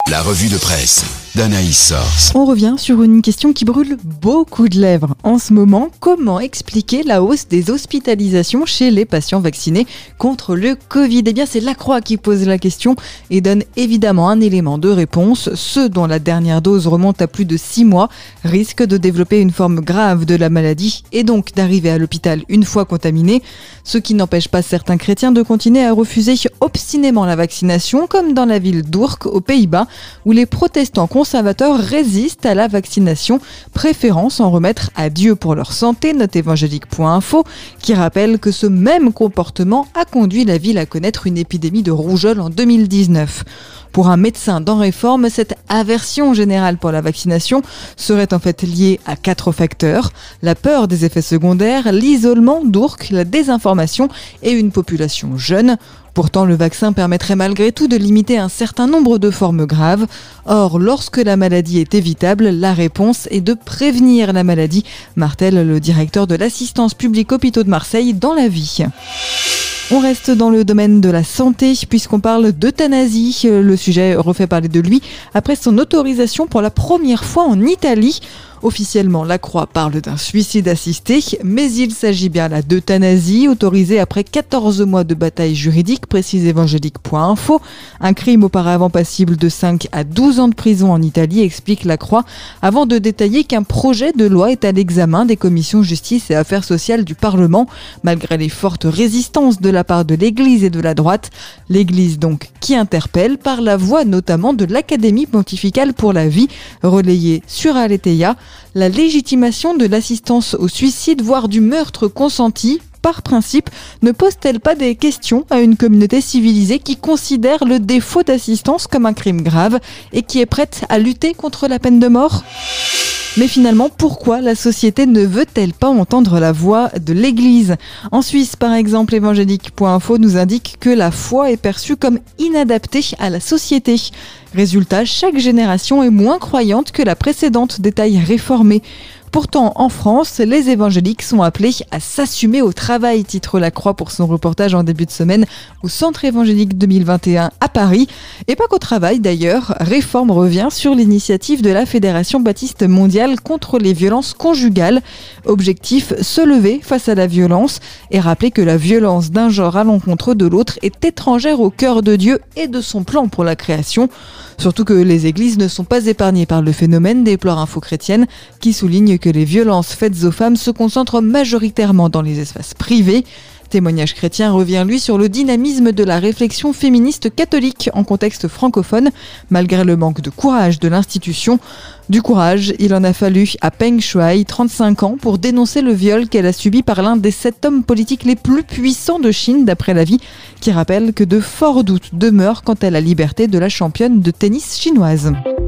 La revue de presse d'Anaïs Source. On revient sur une question qui brûle beaucoup de lèvres en ce moment. Comment expliquer la hausse des hospitalisations chez les patients vaccinés contre le Covid ? Eh bien, c'est La Croix qui pose la question et donne évidemment un élément de réponse. Ceux dont la dernière dose remonte à plus de 6 mois risquent de développer une forme grave de la maladie et donc d'arriver à l'hôpital une fois contaminés. Ce qui n'empêche pas certains chrétiens de continuer à refuser obstinément la vaccination, comme dans la ville d'Urk, aux Pays-Bas, où les protestants conservateurs résistent à la vaccination, préférant s'en remettre à Dieu pour leur santé, note évangélique.info, qui rappelle que ce même comportement a conduit la ville à connaître une épidémie de rougeole en 2019. Pour un médecin d'en Réforme, cette aversion générale pour la vaccination serait en fait liée à 4 facteurs: la peur des effets secondaires, l'isolement d'Urk, la désinformation et une population jeune. Pourtant, le vaccin permettrait malgré tout de limiter un certain nombre de formes graves. Or, lorsque la maladie est évitable, la réponse est de prévenir la maladie, martèle le directeur de l'assistance publique hôpitaux de Marseille dans La Vie. On reste dans le domaine de la santé puisqu'on parle d'euthanasie. Le sujet refait parler de lui après son autorisation pour la première fois en Italie. Officiellement, La Croix parle d'un suicide assisté, mais il s'agit bien là d'euthanasie, autorisée après 14 mois de bataille juridique, précise évangélique.info. Un crime auparavant passible de 5 à 12 ans de prison en Italie, explique La Croix, avant de détailler qu'un projet de loi est à l'examen des commissions justice et affaires sociales du Parlement, malgré les fortes résistances de la part de l'Église et de la droite. L'Église donc qui interpelle par la voix notamment de l'Académie pontificale pour la vie, relayée sur Aletheia. La légitimation de l'assistance au suicide, voire du meurtre consenti, par principe, ne pose-t-elle pas des questions à une communauté civilisée qui considère le défaut d'assistance comme un crime grave et qui est prête à lutter contre la peine de mort ? Mais finalement, pourquoi la société ne veut-elle pas entendre la voix de l'Église ? En Suisse, par exemple, évangélique.info nous indique que la foi est perçue comme inadaptée à la société. Résultat, chaque génération est moins croyante que la précédente, détail réformé. Pourtant, en France, les évangéliques sont appelés à s'assumer au travail, titre La Croix pour son reportage en début de semaine au Centre évangélique 2021 à Paris. Et pas qu'au travail d'ailleurs, Réforme revient sur l'initiative de la Fédération baptiste mondiale contre les violences conjugales. Objectif, se lever face à la violence et rappeler que la violence d'un genre à l'encontre de l'autre est étrangère au cœur de Dieu et de son plan pour la création. Surtout que les églises ne sont pas épargnées par le phénomène, déplore Info Chrétienne, qui souligne que les violences faites aux femmes se concentrent majoritairement dans les espaces privés. Témoignage chrétien revient lui sur le dynamisme de la réflexion féministe catholique en contexte francophone, malgré le manque de courage de l'institution. Du courage, il en a fallu à Peng Shuai, 35 ans, pour dénoncer le viol qu'elle a subi par l'un des 7 hommes politiques les plus puissants de Chine, d'après La Vie, qui rappelle que de forts doutes demeurent quant à la liberté de la championne de tennis chinoise.